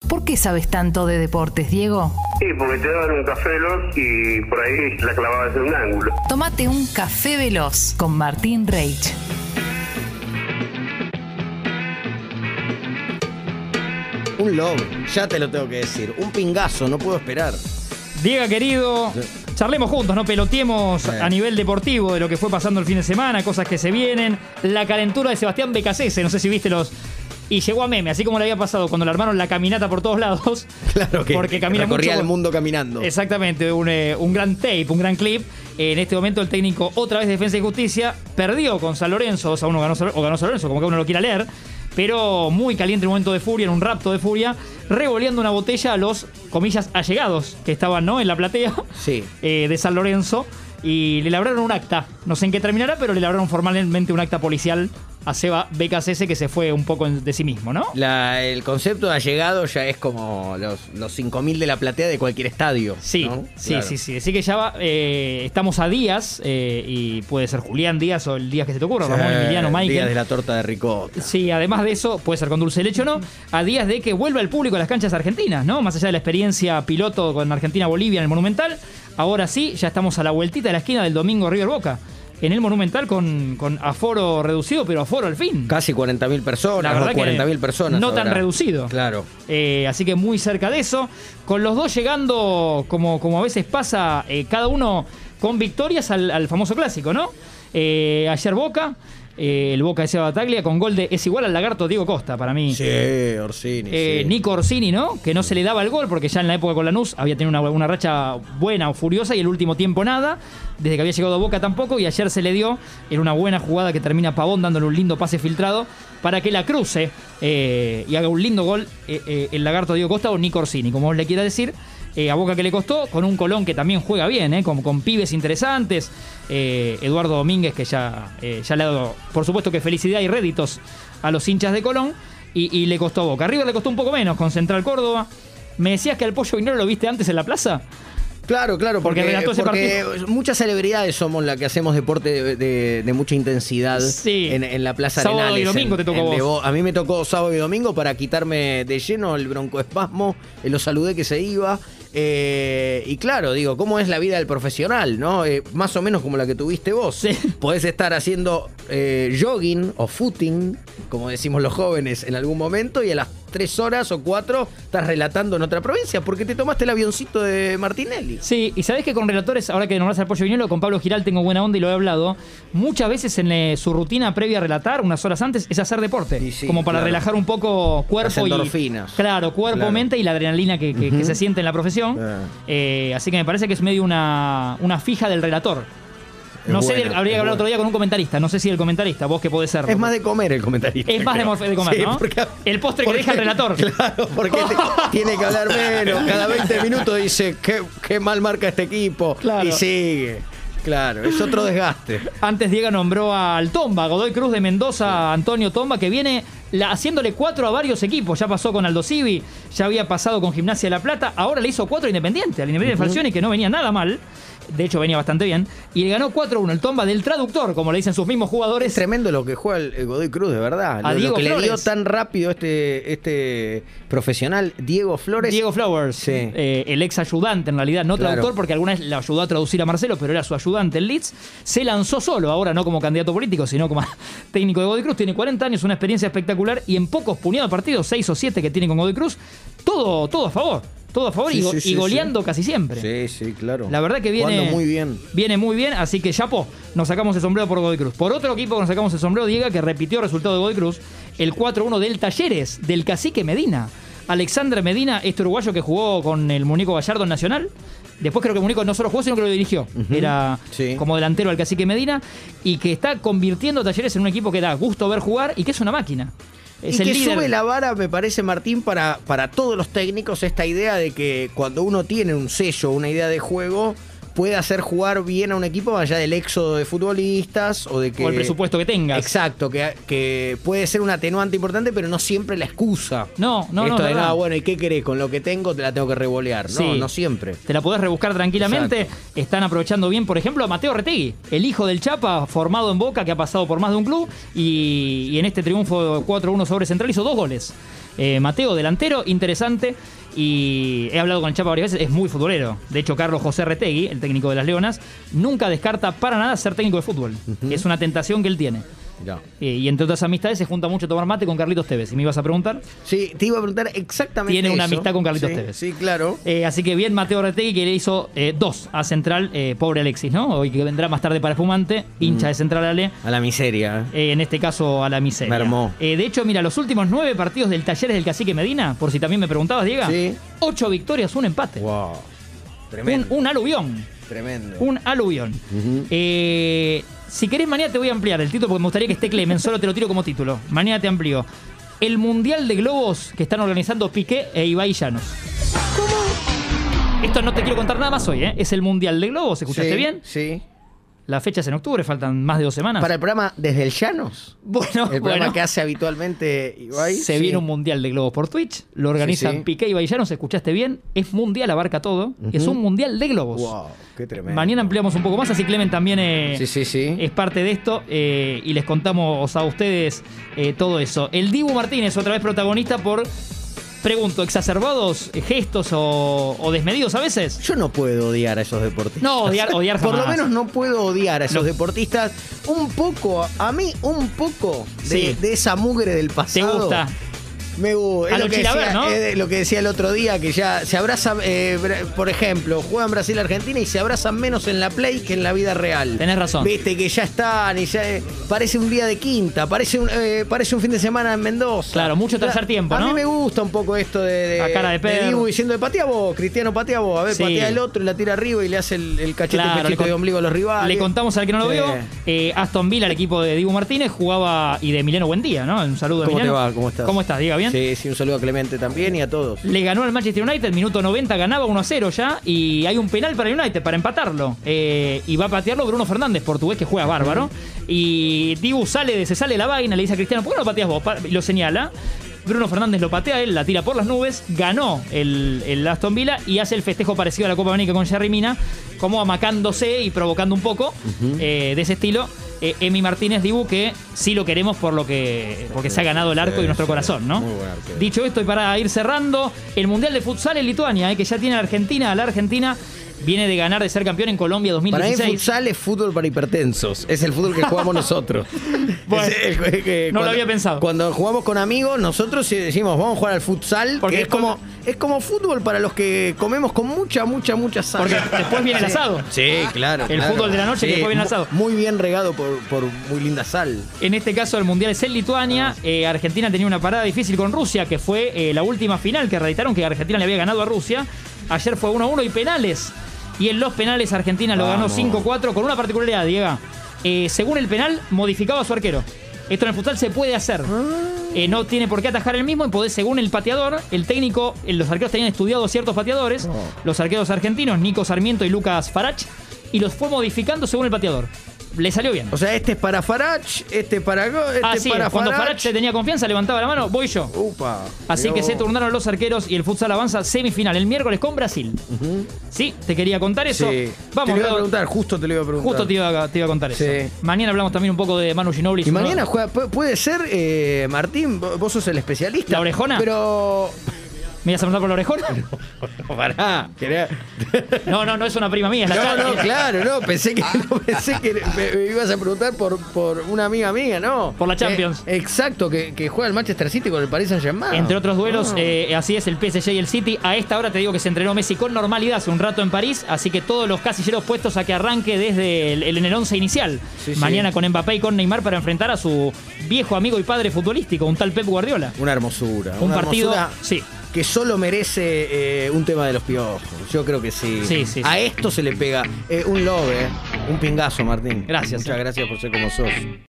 ¿Por qué sabes tanto de deportes, Diego? Sí, porque te daban un café veloz y por ahí la clavabas en un ángulo. Tómate un café veloz con Martín Reich. Un love, ya te lo tengo que decir. Un pingazo, no puedo esperar. Diego, querido, charlemos juntos, ¿no? Peloteemos a nivel deportivo de lo que fue pasando el fin de semana, cosas que se vienen. La calentura de Sebastián Becasese, no sé si viste los... Y llegó a meme, así como le había pasado cuando le armaron la caminata por todos lados. Claro que porque camina recorría mucho, el mundo caminando. Exactamente, un gran tape, un gran clip. En este momento el técnico, otra vez de Defensa y Justicia, perdió con San Lorenzo, 2-1 ganó San Lorenzo, como que uno lo quiera leer. Pero muy caliente en un momento de furia, en un rapto de furia, revoleando una botella a los, comillas, allegados que estaban, ¿no?, en la platea, sí, de San Lorenzo. Y le labraron un acta. No sé en qué terminará, pero le labraron formalmente un acta policial a Seba Becasese, que se fue un poco de sí mismo, ¿no? El concepto de allegado ya es como los 5.000 de la platea de cualquier estadio. Sí, ¿no? sí, Claro. sí. Así que ya va, estamos a días, y puede ser Julián Díaz o el día que se te ocurra, Ramón, Emiliano, Michael. Días de la torta de ricota. Sí, además de eso, puede ser con dulce de leche o no, a días de que vuelva el público a las canchas argentinas, ¿no? Más allá de la experiencia piloto con Argentina-Bolivia en el Monumental, ahora sí, ya estamos a la vueltita de la esquina del domingo River Boca. En el Monumental con aforo reducido, pero aforo al fin. Casi 40.000 personas, La verdad o 40.000 personas. no ahora. tan reducido. Claro. Así que muy cerca de eso. Con los dos llegando, como a veces pasa, cada uno con victorias al famoso clásico, ¿no? Ayer Boca, el Boca de Seba Bataglia, con gol es igual al lagarto Diego Costa, para mí. Sí, Orsini. Sí. Nico Orsini, ¿no? Que no se le daba el gol porque ya en la época con Lanús había tenido una racha buena o furiosa y el último tiempo nada. Desde que había llegado a Boca tampoco, y ayer se le dio en una buena jugada que termina Pavón dándole un lindo pase filtrado para que la cruce y haga un lindo gol el lagarto Diego Costa o Nico Orsini, como vos le quiera decir. A Boca que le costó, con un Colón que también juega bien, con pibes interesantes. Eduardo Domínguez, que ya le ha dado, por supuesto, que felicidad y réditos a los hinchas de Colón. Y le costó a Boca. A River le costó un poco menos con Central Córdoba. ¿Me decías que al Pollo Viñolo lo viste antes en la plaza? Claro, porque relató ese partido. Muchas celebridades somos las que hacemos deporte de mucha intensidad, sí, en la Plaza sábado Arenales. Sábado y domingo te tocó vos. A mí me tocó sábado y domingo para quitarme de lleno el broncoespasmo. Lo saludé que se iba. Y claro, digo, ¿cómo es la vida del profesional, no? Más o menos como la que tuviste vos. Sí. Podés estar haciendo jogging o footing, como decimos los jóvenes, en algún momento, y a las 3 horas o 4 estás relatando en otra provincia porque te tomaste el avioncito de Martinelli. Sí, y sabés que con relatores, ahora que nombrás al Pollo Viñolo, con Pablo Giral tengo buena onda y lo he hablado. Muchas veces en su rutina previa a relatar, unas horas antes, es hacer deporte. Sí, como para relajar un poco cuerpo las endorfinas. Claro, cuerpo, mente y la adrenalina que se siente en la profesión. Así que me parece que es medio una fija del relator. No sé, habría que hablar otro día con un comentarista. No sé si el comentarista, vos que podés ser. Es más de comer el comentarista. Es más de comer, sí, ¿no? El postre que deja el relator. Claro, porque tiene que hablar menos. Cada 20 minutos dice, qué mal marca este equipo. Claro. Y sigue. Claro, es otro desgaste. Antes Diego nombró al Tomba, Godoy Cruz de Mendoza, Antonio Tomba, que viene haciéndole 4 a varios equipos. Ya pasó con Aldo Civi, ya había pasado con Gimnasia de La Plata, ahora le hizo 4 a Independiente, al Independiente de Falcioni, que no venía nada mal. De hecho, venía bastante bien. Y le ganó 4-1 el Tomba del traductor, como le dicen sus mismos jugadores. Es tremendo lo que juega el Godoy Cruz, de verdad. A Diego que Flores. Le dio tan rápido este profesional, Diego Flores. Diego Flowers, sí. El ex ayudante, en realidad, no traductor, porque alguna vez le ayudó a traducir a Marcelo, pero era su ayudante en Leeds. Se lanzó solo, ahora no como candidato político, sino como técnico de Godoy Cruz. Tiene 40 años, una experiencia espectacular, y en pocos puñados de partidos, 6 o 7 que tiene con Godoy Cruz, todo a favor. Todo a favor, y goleando casi siempre. Sí, claro. La verdad que viene muy bien. Viene muy bien, así que chapo, nos sacamos el sombrero por Godoy Cruz. Por otro equipo que nos sacamos el sombrero, Diego, que repitió el resultado de Godoy Cruz, el 4-1 del Talleres, del Cacique Medina. Alexandre Medina, este uruguayo que jugó con el Muñeco Gallardo en Nacional. Después creo que el Muñeco no solo jugó, sino que lo dirigió. Era como delantero al Cacique Medina, y que está convirtiendo a Talleres en un equipo que da gusto ver jugar y que es una máquina. Es y que líder. Sube la vara, me parece, Martín, para todos los técnicos, esta idea de que cuando uno tiene un sello, una idea de juego, puede hacer jugar bien a un equipo allá del éxodo de futbolistas o de que... O el presupuesto que tengas. Exacto, que puede ser un atenuante importante, pero no siempre la excusa. No. Esto de nada, bueno, ¿y qué querés? Con lo que tengo te la tengo que revolear. Sí. No siempre. Te la podés rebuscar tranquilamente. Exacto. Están aprovechando bien, por ejemplo, a Mateo Retegui, el hijo del Chapa, formado en Boca, que ha pasado por más de un club, y en este triunfo 4-1 sobre Central hizo 2 goles. Mateo, delantero, interesante. Y he hablado con el Chapa varias veces, es muy futbolero. De hecho, Carlos José Retegui, el técnico de las Leonas, nunca descarta para nada ser técnico de fútbol. Es una tentación que él tiene. Ya. Y entre otras amistades se junta mucho a tomar mate con Carlitos Tevez. ¿Y me ibas a preguntar? Sí, te iba a preguntar exactamente Tiene una eso. amistad con Carlitos Sí, Tevez. Sí, claro. Así que bien Mateo Retegui, que le hizo 2 a Central, pobre Alexis, ¿no? Hoy que vendrá más tarde para Espumante, hincha de Central Ale. A la miseria. En este caso a la miseria. Mermó. De hecho, mira, los últimos 9 partidos del Talleres del Cacique Medina, por si también me preguntabas, Diego, Sí. 8 victorias, 1 empate. Wow. Tremendo. Un aluvión. Tremendo. Un aluvión. Si querés, mañana te voy a ampliar el título porque me gustaría que esté Clemen, solo te lo tiro como título. Mañana te amplío. El Mundial de Globos que están organizando Piqué e Ibai Llanos. ¿Cómo? Esto no te quiero contar nada más hoy, ¿eh? Es el Mundial de Globos, ¿escuchaste Sí, bien? Sí. La fecha es en octubre, faltan más de 2 semanas. Para el programa Desde el Llanos. Bueno, El programa que hace habitualmente Ibai. se viene un Mundial de Globos por Twitch, lo organizan Sí, sí. Piqué y Ibai Llanos, ¿escuchaste bien? Es mundial, abarca todo. Es un Mundial de Globos. Wow, qué tremendo. Mañana ampliamos un poco más, así Clemen también Sí. es parte de esto y les contamos a ustedes todo eso. El Dibu Martínez, otra vez protagonista por, pregunto, exacerbados gestos o desmedidos a veces. Yo no puedo odiar a esos deportistas. No, odiar Por lo jamás. menos no puedo odiar a esos No. deportistas. Un poco, a mí, un poco Sí. de esa mugre del ¿Te pasado. gusta? Me gusta. A Es lo lo, que Chilaver, decía, ¿no? es lo que decía el otro día, que ya se abraza, por ejemplo, juegan Brasil-Argentina y se abrazan menos en la play que en la vida real. Tenés razón. Viste que ya están y ya parece un día de quinta, parece un fin de semana en Mendoza. Claro, mucho tercer tiempo, A ¿no? mí me gusta un poco esto de A cara de perro. Dibu diciendo de patea vos, Cristiano, patea vos. A ver, Sí. patea el otro y la tira arriba y le hace el cachete Claro, pechito de ombligo a los rivales. Le contamos al que no lo Sí. vio. Aston Villa, el equipo de Dibu Martínez, jugaba y de Emiliano Buendía, ¿no? Un saludo a ¿Cómo te Emiliano. va? ¿Cómo estás? ¿Cómo estás, Diego? ¿Bien? Sí, un saludo a Clemente también y a todos. Le ganó al Manchester United, minuto 90, ganaba 1-0 ya, y hay un penal para el United, para empatarlo. Y va a patearlo Bruno Fernández, portugués, que juega bárbaro. Y Dibu se sale de la vaina, le dice a Cristiano, ¿por qué no lo pateas vos? Y lo señala. Bruno Fernández lo patea, él la tira por las nubes, ganó el Aston Villa y hace el festejo parecido a la Copa América con Jerry Mina, como amacándose y provocando un poco de ese estilo. Emi Martínez, Dibu, que sí lo queremos porque se ha ganado el arco de nuestro corazón, ¿no? Muy buen arquero. Dicho esto, y para ir cerrando, el Mundial de Futsal en Lituania, que ya tiene a la Argentina viene de ganar, de ser campeón en Colombia Para mí 2016. futsal es fútbol para hipertensos. Es el fútbol que jugamos nosotros. Bueno, que no lo había pensado. Cuando jugamos con amigos, nosotros decimos, vamos a jugar al futsal, Porque que después- es como fútbol para los que comemos con mucha sal. Porque después viene el asado. Sí, claro. El claro. fútbol de la noche, que después viene el asado. Muy bien regado por muy linda sal. En este caso, el Mundial es en Lituania. Argentina tenía una parada difícil con Rusia, que fue la última final que reeditaron, que Argentina le había ganado a Rusia. Ayer fue 1-1 y penales. Y en los penales Argentina lo ganó Vamos. 5-4 con una particularidad, Diego. Según el penal, modificaba a su arquero. Esto en el futsal se puede hacer. No tiene por qué atajar el mismo y podés, según el pateador, el técnico, los arqueros tenían estudiado ciertos pateadores, los arqueros argentinos, Nico Sarmiento y Lucas Farach, y los fue modificando según el pateador. Le salió bien. O sea, este es para Farach, este es para Sí, para cuando Farach. Farach se tenía confianza, levantaba la mano, voy yo. Upa. Así Mirá que se vos. turnaron los arqueros y el futsal avanza semifinal el miércoles con Brasil. Sí, te quería contar eso. Sí. Vamos, te lo iba a Rodo. preguntar, justo te lo iba a preguntar. Justo te iba a contar eso. Sí. Mañana hablamos también un poco de Manu Ginóbili. Y mañana juega, puede ser, Martín, vos sos el especialista. ¿La orejona? Pero. ¿Me ibas a preguntar por la orejona? Pará. No es una prima mía. Es la No, Chana. no, claro, no. Pensé que me ibas a preguntar por una amiga mía, ¿no? Por la Champions. Exacto, que juega el Manchester City con el Paris Saint-Germain. Entre otros duelos, Ah. así es el PSG y el City. A esta hora te digo que se entrenó Messi con normalidad hace un rato en París, así que todos los casilleros puestos a que arranque desde en el 11 inicial. Sí, sí. Mañana con Mbappé y con Neymar para enfrentar a su viejo amigo y padre futbolístico, un tal Pep Guardiola. Una hermosura. Un una partido, hermosura sí. que solo merece un tema de los piojos. Yo creo que sí. Sí. A esto se le pega un love, un pingazo, Martín. Gracias. Muchas gracias por ser como sos.